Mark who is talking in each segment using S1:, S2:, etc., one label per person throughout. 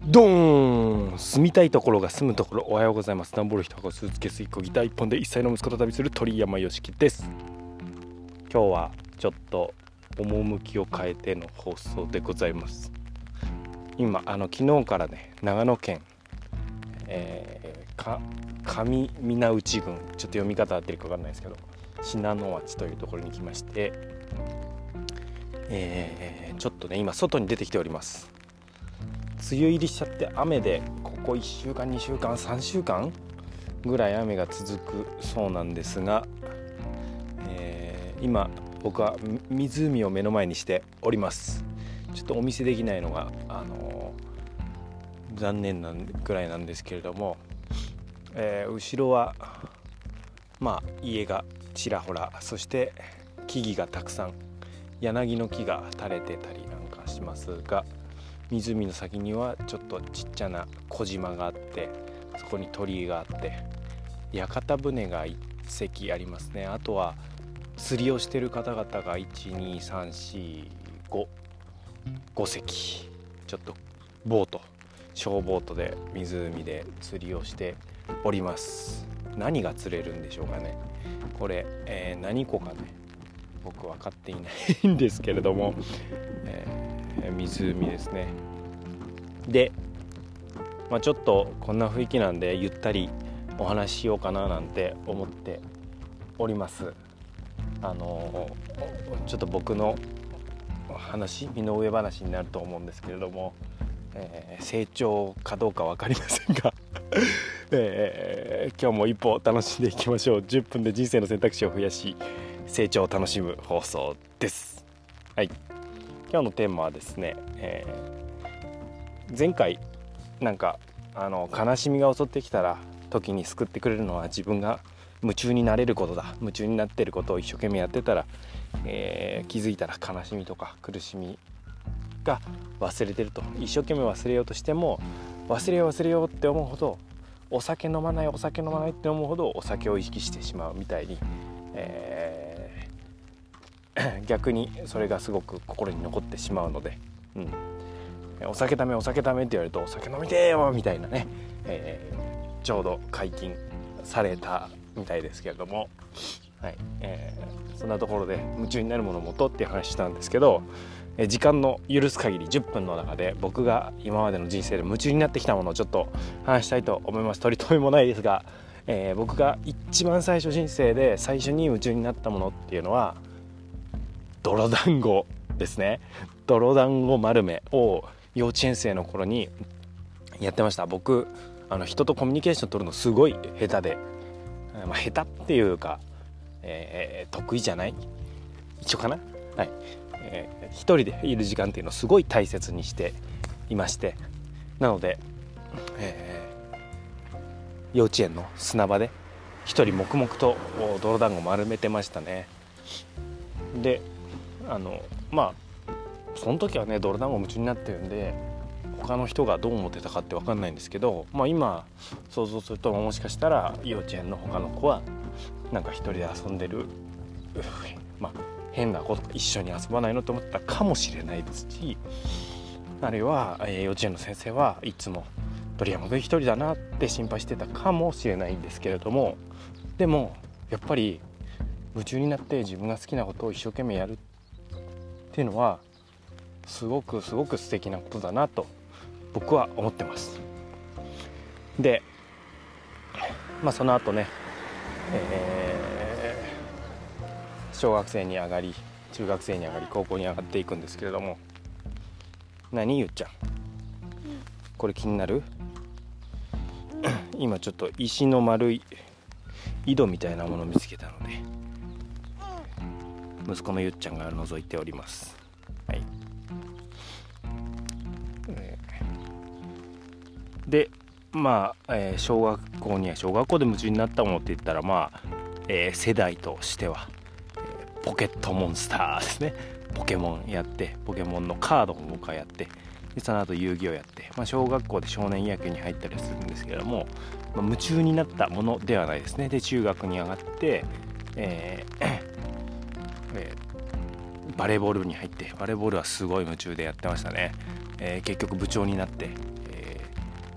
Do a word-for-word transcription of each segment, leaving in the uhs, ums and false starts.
S1: ドーン。住みたいところが住むところ。おはようございます。段ボール一箱、スーツケースいっこ、ギターいっぽんでいっさいの息子と旅する鳥山よしきです。今日はちょっと趣を変えての放送でございます。今あの昨日からね、長野県、えー、か上水内郡、ちょっと読み方合ってるか分かんないですけど、信濃町というところに来まして、えー、ちょっとね今外に出てきております。梅雨入りしちゃって雨で、ここいっしゅうかんにしゅうかんさんしゅうかんぐらい雨が続くそうなんですが、えー、今僕は湖を目の前にしております。ちょっとお見せできないのが、あのー、残念なぐらいなんですけれども、えー、後ろはまあ家がちらほら、そして木々がたくさん、柳の木が垂れてたりなんかしますが、湖の先にはちょっとちっちゃな小島があって、そこに鳥居があって、屋形船がいっせきありますね。あとは釣りをしている方々がいちにさんしご ごせき、ちょっとボート、小ボートで湖で釣りをしております。何が釣れるんでしょうかね、これ、えー、何湖かね、僕分かっていないんですけれども、えー湖ですね。で、まあ、ちょっとこんな雰囲気なんでゆったりお話ししようかななんて思っております。あのちょっと僕の話、身の上話になると思うんですけれども、えー、成長かどうか分かりませんが、えー、今日も一歩楽しんでいきましょう。じゅっぷんで人生の選択肢を増やし、成長を楽しむ放送です。はい、今日のテーマはですね、えー、前回なんかあの悲しみが襲ってきたら時に救ってくれるのは自分が夢中になれることだ、夢中になっていることを一生懸命やってたら、えー、気づいたら悲しみとか苦しみが忘れてると。一生懸命忘れようとしても、忘れよう忘れようって思うほど、お酒飲まないお酒飲まないって思うほどお酒を意識してしまうみたいに、えー逆にそれがすごく心に残ってしまうので、うん、お酒ダメお酒ダメって言われると、お酒飲みてーよみたいなね、えー、ちょうど解禁されたみたいですけれども、はい、えー、そんなところで夢中になるものを持とうっていう話したんですけど、えー、時間の許す限りじゅっぷんの中で僕が今までの人生で夢中になってきたものをちょっと話したいと思います。取り留めもないですが、えー、僕が一番最初、人生で最初に夢中になったものっていうのは泥団子ですね。泥団子丸めを幼稚園生の頃にやってました。僕あの人とコミュニケーション取るのすごい下手で、まあ、下手っていうか、えー、得意じゃない、一緒かな、はい、えー、一人でいる時間っていうのをすごい大切にしていまして、なので、えー、幼稚園の砂場で一人黙々と泥団子丸めてましたね。であのまあその時はね、泥団子夢中になってるんで他の人がどう思ってたかって分かんないんですけど、まあ今想像すると、もしかしたら幼稚園の他の子はなんか一人で遊んでる、まあ変な子とか一緒に遊ばないのと思ったかもしれないですし、あるいは、えー、幼稚園の先生はいつも鳥山君一人だなって心配してたかもしれないんですけれども、でもやっぱり夢中になって自分が好きなことを一生懸命やるっていうのはすごくすごく素敵なことだなと僕は思ってます。で、まあその後ね、えー、小学生に上がり、中学生に上がり、高校に上がっていくんですけれども、何ゆっちゃん、これ気になる？今ちょっと石の丸い井戸みたいなものを見つけたので、息子のゆっちゃんが覗いております。はい、でまあ、えー、小学校には小学校で夢中になったものって言ったら、まあ、えー、世代としては、えー、ポケットモンスターですね。ポケモンやって、ポケモンのカードも僕はやって、でその後遊戯王やって、まあ、小学校で少年野球に入ったりするんですけれども、まあ、夢中になったものではないですね。で中学に上がって、えーえー、バレーボールに入って、バレーボールはすごい夢中でやってましたね。えー、結局部長になって、え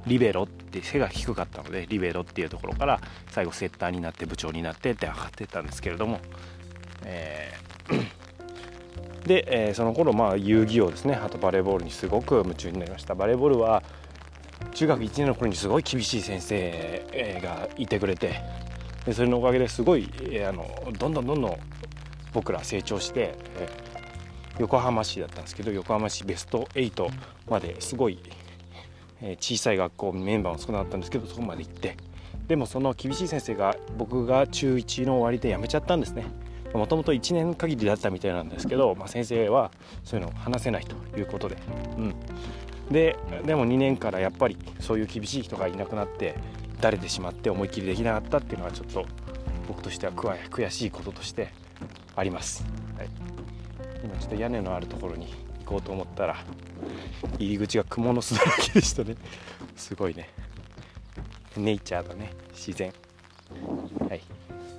S1: リベロって背が低かったのでリベロっていうところから最後セッターになって部長になってって上がっていったんですけれども、えー、で、えー、その頃まあ遊戯王ですね、あとバレーボールにすごく夢中になりました。バレーボールは中学いちねんの頃にすごい厳しい先生がいてくれて、でそれのおかげですごい、えー、あのどんどんどんどん僕ら成長して、えー、横浜市だったんですけど横浜市ベストはちまですごい、えー、小さい学校メンバーも少なかったんですけどそこまで行って、でもその厳しい先生が僕が中いちの終わりで辞めちゃったんですね。もともといちねん限りだったみたいなんですけど、まあ、先生はそういうのを話せないということで、うん、で, でもにねんからやっぱりそういう厳しい人がいなくなってだれてしまって思いっきりできなかったっていうのはちょっと僕としては悔しいこととしてあります、はい、今ちょっと屋根のあるところに行こうと思ったら入り口が蜘蛛の巣だらけでしたね。すごいね、ネイチャーだね、自然。はい、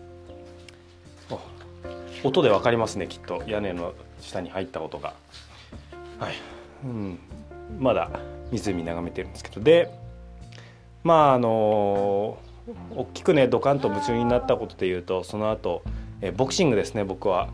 S1: お音で分かりますね、きっと屋根の下に入った音が。はい、うん、まだ湖眺めてるんですけど、でまああの大きくねドカンと夢中になったことでいうと、その後えボクシングですね。僕は、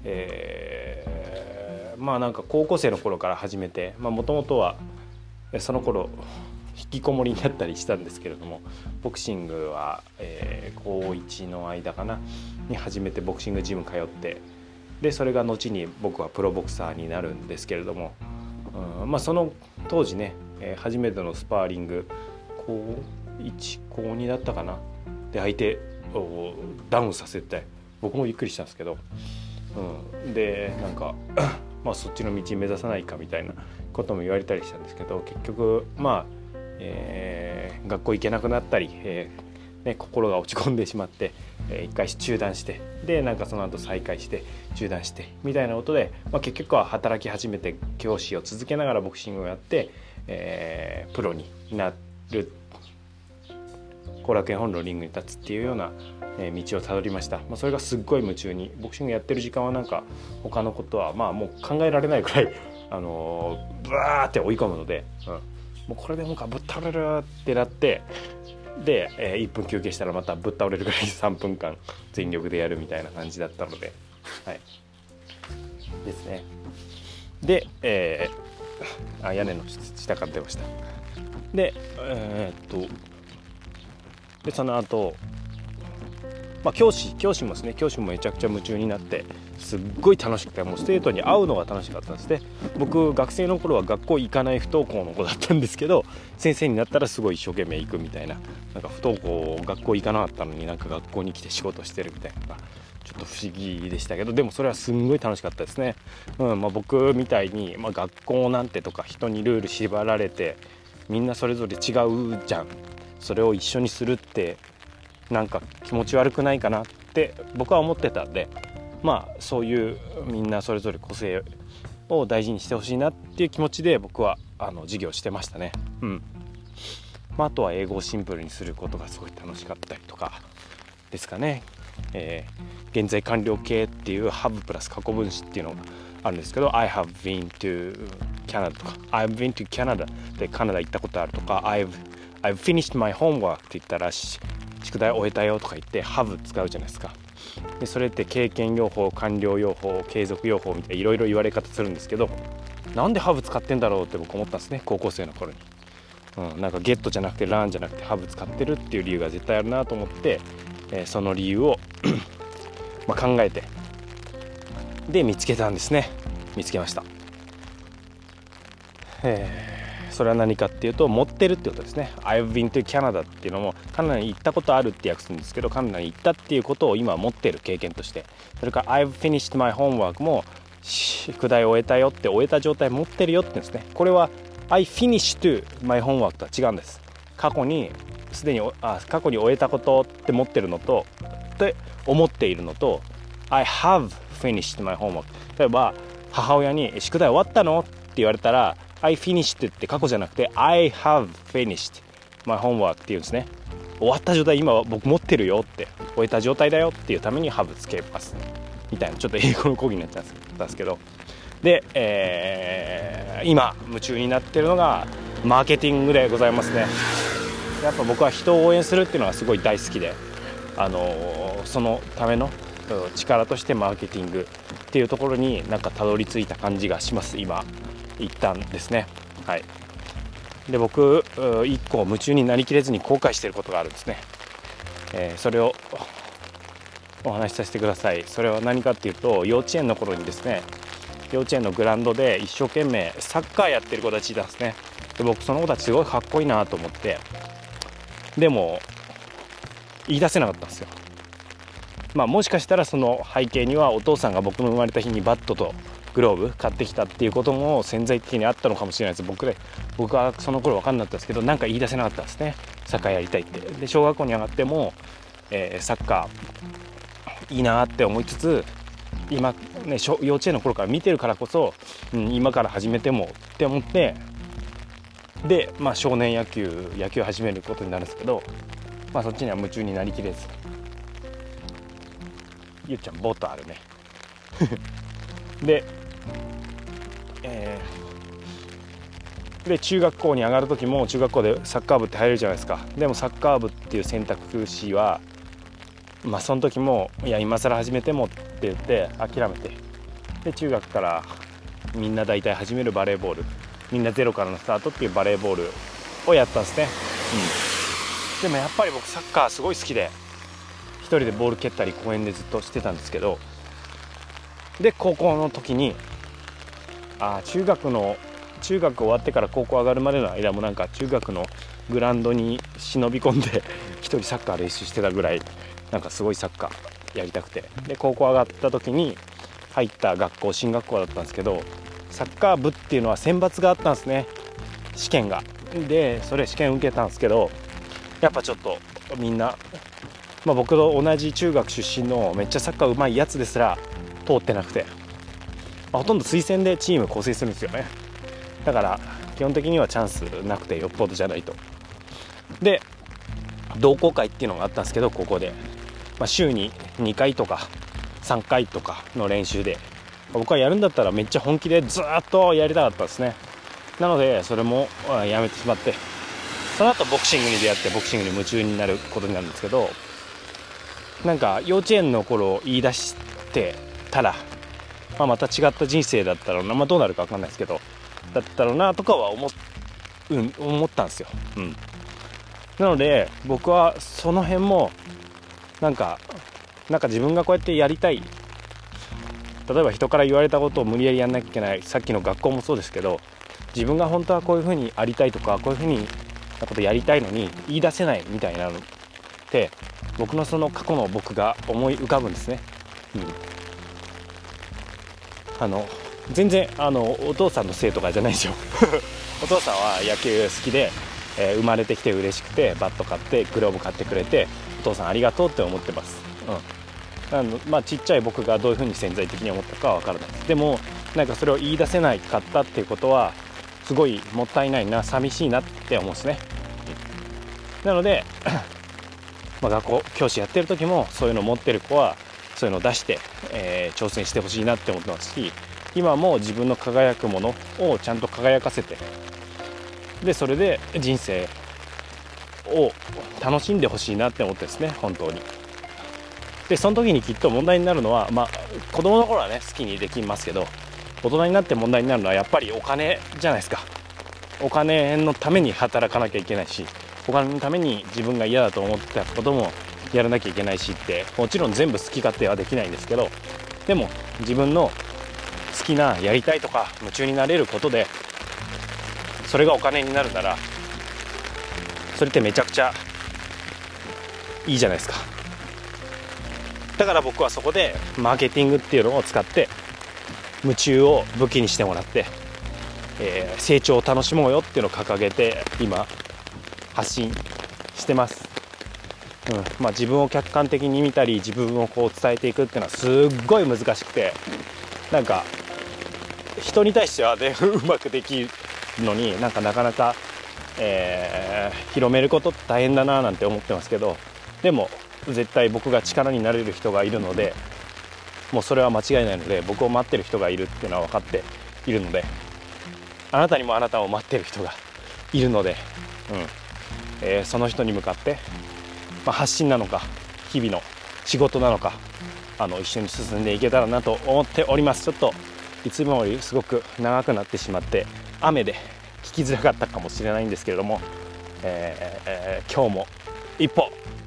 S1: えー、まあなんか高校生の頃から始めて、もともとはその頃引きこもりになったりしたんですけれども、ボクシングは、えー、高いちの間かなに始めてボクシングジム通って、でそれが後に僕はプロボクサーになるんですけれども、うん、まあその当時ね、えー、初めてのスパーリング高いち高にだったかなで相手をダウンさせて僕もゆっくりしたんですけど、うん、でなんかまあそっちの道に目指さないかみたいなことも言われたりしたんですけど、結局まあ、えー、学校行けなくなったり、えーね、心が落ち込んでしまって、えー、一回中断して、でなんかその後再開して中断してみたいなことで、まあ、結局は働き始めて教師を続けながらボクシングをやって、えー、プロになる後楽園ホールのリングに立つっていうような道をたどりました。まあ、それがすっごい夢中に、ボクシングやってる時間はなんか他のことはまあもう考えられないくらい、あのー、ブワーって追い込むので、うん、もうこれでもかぶっ倒れるってなって、で、えー、いっぷん休憩したらまたぶっ倒れるぐらいさんぷんかん全力でやるみたいな感じだったので、はい、ですね。で、えー、あ屋根の下から出ました。で、えー、っとでその後、まあ教師教師もですね教師もめちゃくちゃ夢中になってすっごい楽しくて、もう生徒に会うのが楽しかったんですね。僕学生の頃は学校行かない不登校の子だったんですけど、先生になったらすごい一生懸命行くみたいな、なんか不登校学校行かなかったのになんか学校に来て仕事してるみたいなのがちょっと不思議でしたけど、でもそれはすんごい楽しかったですね。うんまあ、僕みたいに、まあ、学校なんてとか人にルール縛られてみんなそれぞれ違うじゃん、それを一緒にするってなんか気持ち悪くないかなって僕は思ってたんで、まあそういうみんなそれぞれ個性を大事にしてほしいなっていう気持ちで僕はあの授業してましたね。うんまあ、あとは英語をシンプルにすることがすごい楽しかったりとかですかね。えー、現在完了形っていう have プラス過去分詞っていうのがあるんですけど、 I have been to Canada とか I've been to Canada でカナダ行ったことあるとか、 I've I've finished my homework って言ったら宿題終えたよとか言って have 使うじゃないですか。でそれって経験用法、完了用法、継続用法みたいないろいろ言われ方するんですけど、なんで have 使ってんだろうって僕思ったんですね、高校生の頃に。うん、なんか get じゃなくて learn じゃなくて have 使ってるっていう理由が絶対あるなと思って、えー、その理由をまあ考えてで見つけたんですね。見つけました。えーそれは何かっていうと、持ってるってことですね。 I've been to Canada っていうのもカナダに行ったことあるって訳するんですけど、カナダに行ったっていうことを今持ってる経験として、それから I've finished my homework も宿題を終えたよって終えた状態持ってるよって言うんですね。これは I finished my homework とは違うんです。過去にすでにあ過去に終えたことって持ってるのとって思っているのと I have finished my homework。 例えば母親に宿題終わったのって言われたらI finished って過去じゃなくて I have finished my homework っていうんですね。終わった状態今僕持ってるよって、終えた状態だよっていうために have つけますみたいな、ちょっと英語の講義になっちゃったんですけど、で、えー、今夢中になってるのがマーケティングでございますね。 やっぱ僕は人を応援するっていうのがすごい大好きで、あのそのための力としてマーケティングっていうところになんかたどり着いた感じがします。今一旦ですね。はい。で僕一個夢中になりきれずに後悔していることがあるんですね。えー、それをお話しさせてください。それは何かっていうと、幼稚園の頃にですね、幼稚園のグラウンドで一生懸命サッカーやってる子たちいたんですね。で僕その子たちすごいかっこいいなと思って、でも言い出せなかったんですよ。まあもしかしたらその背景にはお父さんが僕の生まれた日にバットとグローブ買ってきたっていうことも潜在的にあったのかもしれないです。僕で僕はその頃分かんなかったんですけど、なんか言い出せなかったんですね、サッカーやりたいって。で小学校に上がっても、えー、サッカーいいなって思いつつ、今ね幼稚園の頃から見てるからこそ、うん、今から始めてもって思って、で、まあ、少年野球野球を始めることになるんですけど、まあ、そっちには夢中になりきれず。ゆっちゃんボートあるねで、えー、で中学校に上がる時も中学校でサッカー部って入れるじゃないですか。でもサッカー部っていう選択肢は、まあその時もいや今更始めてもって言って諦めて、で中学からみんな大体始めるバレーボール、みんなゼロからのスタートっていうバレーボールをやったんですね。うん、でもやっぱり僕サッカーすごい好きで、一人でボール蹴ったり公園でずっとしてたんですけど、で高校の時にあ中学の中学終わってから高校上がるまでの間もなんか中学のグラウンドに忍び込んで一人サッカー練習してたぐらい、なんかすごいサッカーやりたくて、で高校上がった時に入った学校進学校だったんですけど、サッカー部っていうのは選抜があったんですね、試験が。でそれ試験受けたんですけど、やっぱちょっとみんな、まあ、僕と同じ中学出身のめっちゃサッカー上手いやつですら通ってなくて、まあ、ほとんど推薦でチーム構成するんですよね。だから基本的にはチャンスなくてよっぽどじゃないと。で同好会っていうのがあったんですけど、ここで、まあ、週ににかいとかさんかいとかの練習で、僕はやるんだったらめっちゃ本気でずっとやりたかったですね。なのでそれもやめてしまって、その後ボクシングに出会ってボクシングに夢中になることになるんですけど、なんか幼稚園の頃言い出してたら、まあ、また違った人生だったろうな、まあ、どうなるか分かんないですけどだったろうなとかは思っ、うん、思ったんですよ。うん、なので僕はその辺もなんかなんか自分がこうやってやりたい、例えば人から言われたことを無理やりやんなきゃいけない、さっきの学校もそうですけど、自分が本当はこういう風にありたいとかこういう風になことやりたいのに言い出せないみたいなのって僕のその過去の僕が思い浮かぶんですね。うん、あの全然あのお父さんのせいとかじゃないですよお父さんは野球好きで、えー、生まれてきて嬉しくてバット買ってグローブ買ってくれてお父さんありがとうって思ってます。うん、あのまあちっちゃい僕がどういう風に潜在的に思ったかは分からないです。でもなんかそれを言い出せないかったっていうことはすごいもったいないな、寂しいなって思うんですね。なのでまあ学校教師やってる時もそういうのを持ってる子はそういうのを出して、えー、挑戦してほしいなって思ってますし、今も自分の輝くものをちゃんと輝かせて、でそれで人生を楽しんでほしいなって思ってですね、本当に。でその時にきっと問題になるのは、まあ子供の頃はね好きにできますけど、大人になって問題になるのはやっぱりお金じゃないですか。お金のために働かなきゃいけないし、お金のために自分が嫌だと思ってたこともやらなきゃいけないしって、もちろん全部好き勝手はできないんですけど、でも自分の好きなやりたいとか夢中になれることでそれがお金になるなら、それってめちゃくちゃいいじゃないですか。だから僕はそこでマーケティングっていうのを使って夢中を武器にしてもらって、えー、成長を楽しもうよっていうのを掲げて今発信してます。うんまあ、自分を客観的に見たり自分をこう伝えていくっていうのはすっごい難しくて、なんか人に対してはねうまくできるのになんかなかなか、えー、広めることって大変だななんて思ってますけど、でも絶対僕が力になれる人がいるので、もうそれは間違いないので、僕を待ってる人がいるっていうのは分かっているので、あなたにもあなたを待ってる人がいるので、うんえー、その人に向かって、まあ、発信なのか日々の仕事なのかあの一緒に進んでいけたらなと思っております。ちょっといつもよりすごく長くなってしまって雨で聞きづらかったかもしれないんですけれども、えーえー、今日も一歩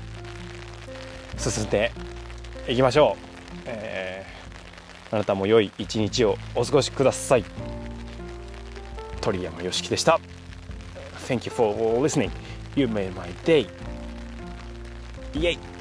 S1: 進んでいきましょう。えー、あなたも良い一日をお過ごしください。鳥山よしきでした。 Thank you for listening. You made my day. イエイ。